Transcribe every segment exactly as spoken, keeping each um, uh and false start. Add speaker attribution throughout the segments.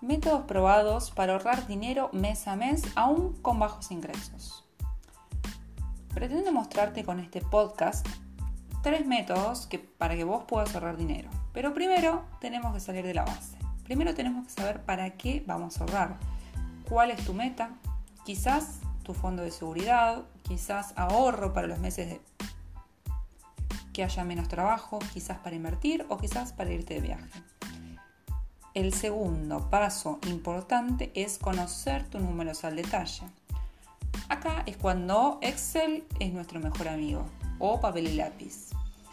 Speaker 1: Métodos probados para ahorrar dinero mes a mes, aún con bajos ingresos. Pretendo mostrarte con este podcast tres métodos que, para que vos puedas ahorrar dinero. Pero primero tenemos que salir de la base. Primero tenemos que saber para qué vamos a ahorrar. ¿Cuál es tu meta? Quizás tu fondo de seguridad, quizás ahorro para los meses de que haya menos trabajo, quizás para invertir o quizás para irte de viaje. El segundo paso importante es conocer tus números al detalle. Acá es cuando Excel es nuestro mejor amigo, o papel y lápiz.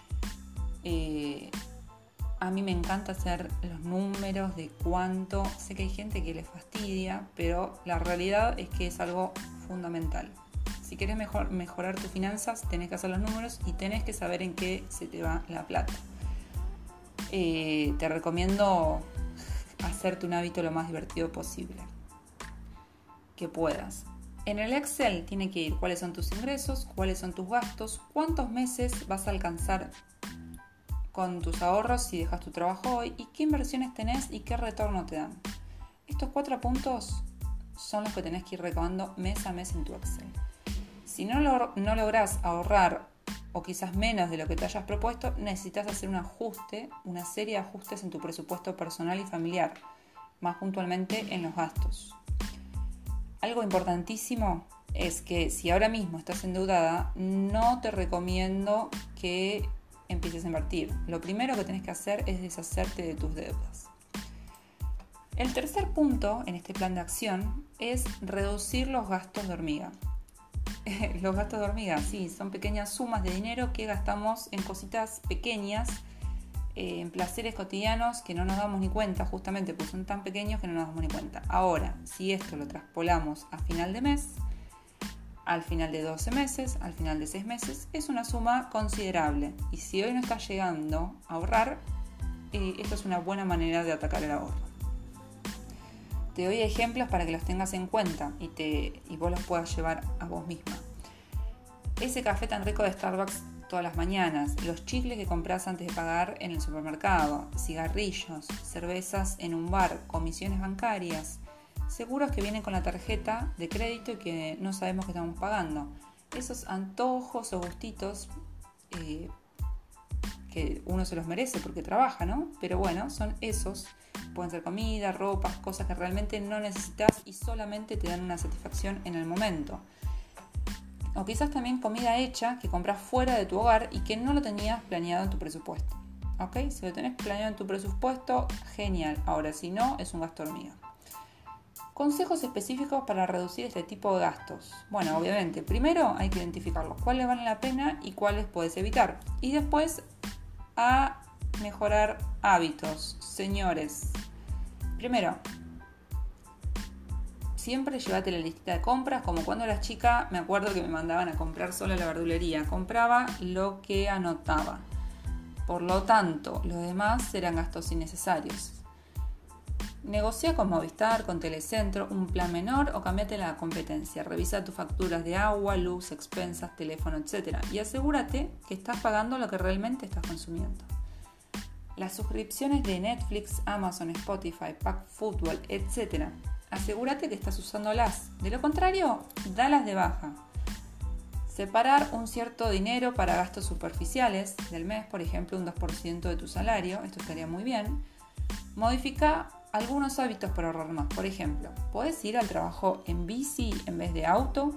Speaker 1: Eh, a mí me encanta hacer los números de cuánto. Sé que hay gente que le fastidia, pero la realidad es que es algo fundamental. Si querés mejor, mejorar tus finanzas, tenés que hacer los números y tenés que saber en qué se te va la plata. Eh, te recomiendo hacerte un hábito lo más divertido posible que puedas. En el Excel tiene que ir cuáles son tus ingresos, cuáles son tus gastos, cuántos meses vas a alcanzar con tus ahorros si dejas tu trabajo hoy y qué inversiones tenés y qué retorno te dan. Estos cuatro puntos son los que tenés que ir recabando mes a mes en tu Excel. Si no, lo, no lográs ahorrar o quizás menos de lo que te hayas propuesto, necesitas hacer un ajuste, una serie de ajustes en tu presupuesto personal y familiar, más puntualmente en los gastos. Algo importantísimo es que si ahora mismo estás endeudada, no te recomiendo que empieces a invertir. Lo primero que tenés que hacer es deshacerte de tus deudas. El tercer punto en este plan de acción es reducir los gastos de hormiga. Los gastos de hormiga, sí, son pequeñas sumas de dinero que gastamos en cositas pequeñas, eh, en placeres cotidianos que no nos damos ni cuenta, justamente porque son tan pequeños que no nos damos ni cuenta. Ahora, si esto lo traspolamos a final de mes, al final de doce meses, al final de seis meses, es una suma considerable. Y si hoy no estás llegando a ahorrar, eh, esto es una buena manera de atacar el ahorro. Te doy ejemplos para que los tengas en cuenta y, te, y vos los puedas llevar a vos misma. Ese café tan rico de Starbucks todas las mañanas, los chicles que compras antes de pagar en el supermercado, cigarrillos, cervezas en un bar, comisiones bancarias, seguros que vienen con la tarjeta de crédito y que no sabemos que estamos pagando. Esos antojos o gustitos eh, que uno se los merece porque trabaja, ¿no? Pero bueno, son esos. Pueden ser comida, ropas, cosas que realmente no necesitas y solamente te dan una satisfacción en el momento. O quizás también comida hecha que compras fuera de tu hogar y que no lo tenías planeado en tu presupuesto. ¿Ok? Si lo tenés planeado en tu presupuesto, genial. Ahora, si no, es un gasto hormiga. Consejos específicos para reducir este tipo de gastos. Bueno, obviamente, primero hay que identificarlos, cuáles valen la pena y cuáles puedes evitar. Y después a mejorar hábitos, señores. Primero, siempre llévate la listita de compras, como cuando era chica, me acuerdo que me mandaban a comprar solo a la verdulería. Compraba lo que anotaba. Por lo tanto, los demás eran gastos innecesarios. Negocia con Movistar, con Telecentro, un plan menor o cambiate la competencia. Revisa tus facturas de agua, luz, expensas, teléfono, etcétera. Y asegúrate que estás pagando lo que realmente estás consumiendo. Las suscripciones de Netflix, Amazon, Spotify, Pack Fútbol, etcétera. Asegúrate que estás usándolas. De lo contrario, dalas de baja. Separar un cierto dinero para gastos superficiales del mes, por ejemplo, un dos por ciento de tu salario. Esto estaría muy bien. Modifica algunos hábitos para ahorrar más. Por ejemplo, ¿podés ir al trabajo en bici en vez de auto?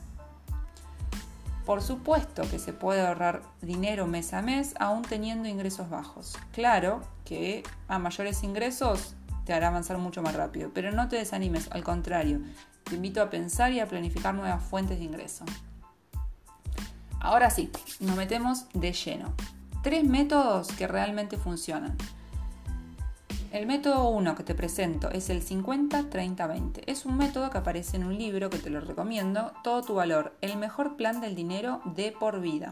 Speaker 1: Por supuesto que se puede ahorrar dinero mes a mes aún teniendo ingresos bajos. Claro que a mayores ingresos te hará avanzar mucho más rápido, pero no te desanimes, al contrario, te invito a pensar y a planificar nuevas fuentes de ingreso. Ahora sí, nos metemos de lleno. Tres métodos que realmente funcionan. El método uno que te presento es el cincuenta treinta veinte. Es un método que aparece en un libro que te lo recomiendo, Todo tu valor, el mejor plan del dinero de por vida.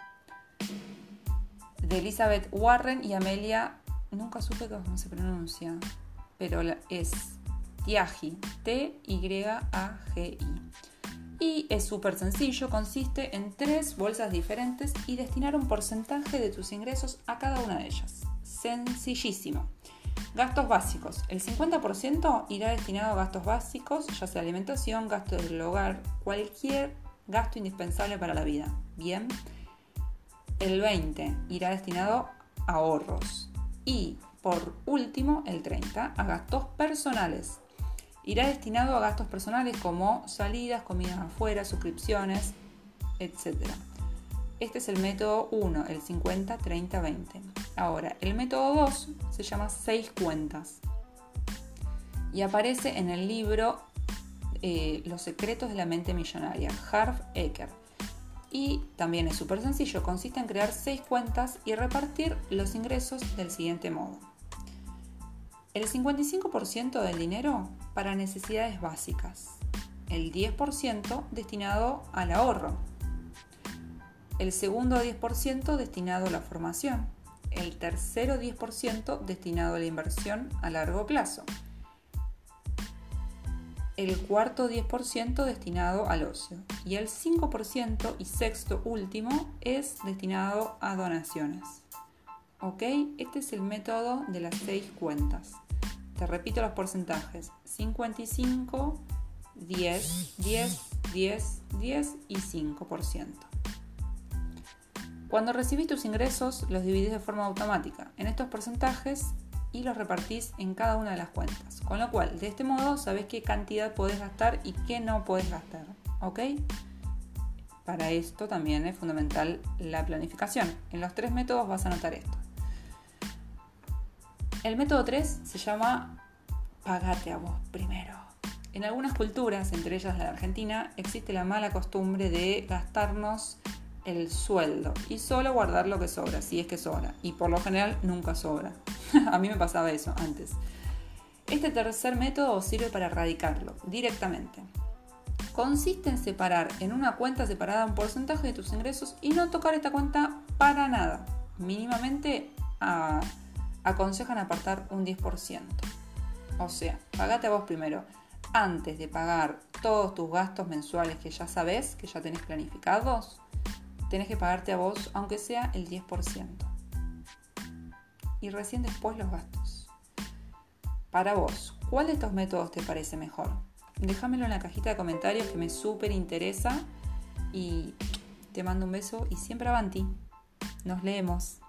Speaker 1: De Elizabeth Warren y Amelia, nunca supe cómo se pronuncia, pero es Tyagi, T Y A G I. Y es súper sencillo, consiste en tres bolsas diferentes y destinar un porcentaje de tus ingresos a cada una de ellas. Sencillísimo. Gastos básicos. El cincuenta por ciento irá destinado a gastos básicos, ya sea alimentación, gasto del hogar, cualquier gasto indispensable para la vida. Bien. El veinte por ciento irá destinado a ahorros. Y por último, el treinta por ciento a gastos personales. Irá destinado a gastos personales como salidas, comidas afuera, suscripciones, etcétera. Este es el método uno, el cincuenta, treinta, veinte. Ahora, el método dos se llama seis cuentas y aparece en el libro eh, Los secretos de la mente millonaria, Harv Eker. Y también es súper sencillo, consiste en crear seis cuentas y repartir los ingresos del siguiente modo. El cincuenta y cinco por ciento del dinero para necesidades básicas, el diez por ciento destinado al ahorro, el segundo diez por ciento destinado a la formación, el tercero diez por ciento destinado a la inversión a largo plazo, el cuarto diez por ciento destinado al ocio y el cinco por ciento y sexto último es destinado a donaciones. ¿Ok? Este es el método de las seis cuentas. Te repito los porcentajes: cincuenta y cinco, diez, diez, diez, diez y cinco por ciento. Cuando recibís tus ingresos, los dividís de forma automática en estos porcentajes y los repartís en cada una de las cuentas. Con lo cual, de este modo, sabés qué cantidad podés gastar y qué no podés gastar. ¿Ok? Para esto también es fundamental la planificación. En los tres métodos vas a anotar esto. El método tres se llama Pagate a vos primero. En algunas culturas, entre ellas la de Argentina, existe la mala costumbre de gastarnos el sueldo y solo guardar lo que sobra, si es que sobra, y por lo general nunca sobra. A mí me pasaba eso antes. Este tercer método sirve para erradicarlo directamente. Consiste en separar en una cuenta separada un porcentaje de tus ingresos y no tocar esta cuenta para nada. Mínimamente a, aconsejan apartar un diez por ciento. O sea, pagate a vos primero. Antes de pagar todos tus gastos mensuales que ya sabés, que ya tenés planificados, tenés que pagarte a vos, aunque sea el diez por ciento. Y recién después los gastos. Para vos, ¿cuál de estos métodos te parece mejor? Déjamelo en la cajita de comentarios que me súper interesa. Y te mando un beso y siempre avanti. Nos leemos.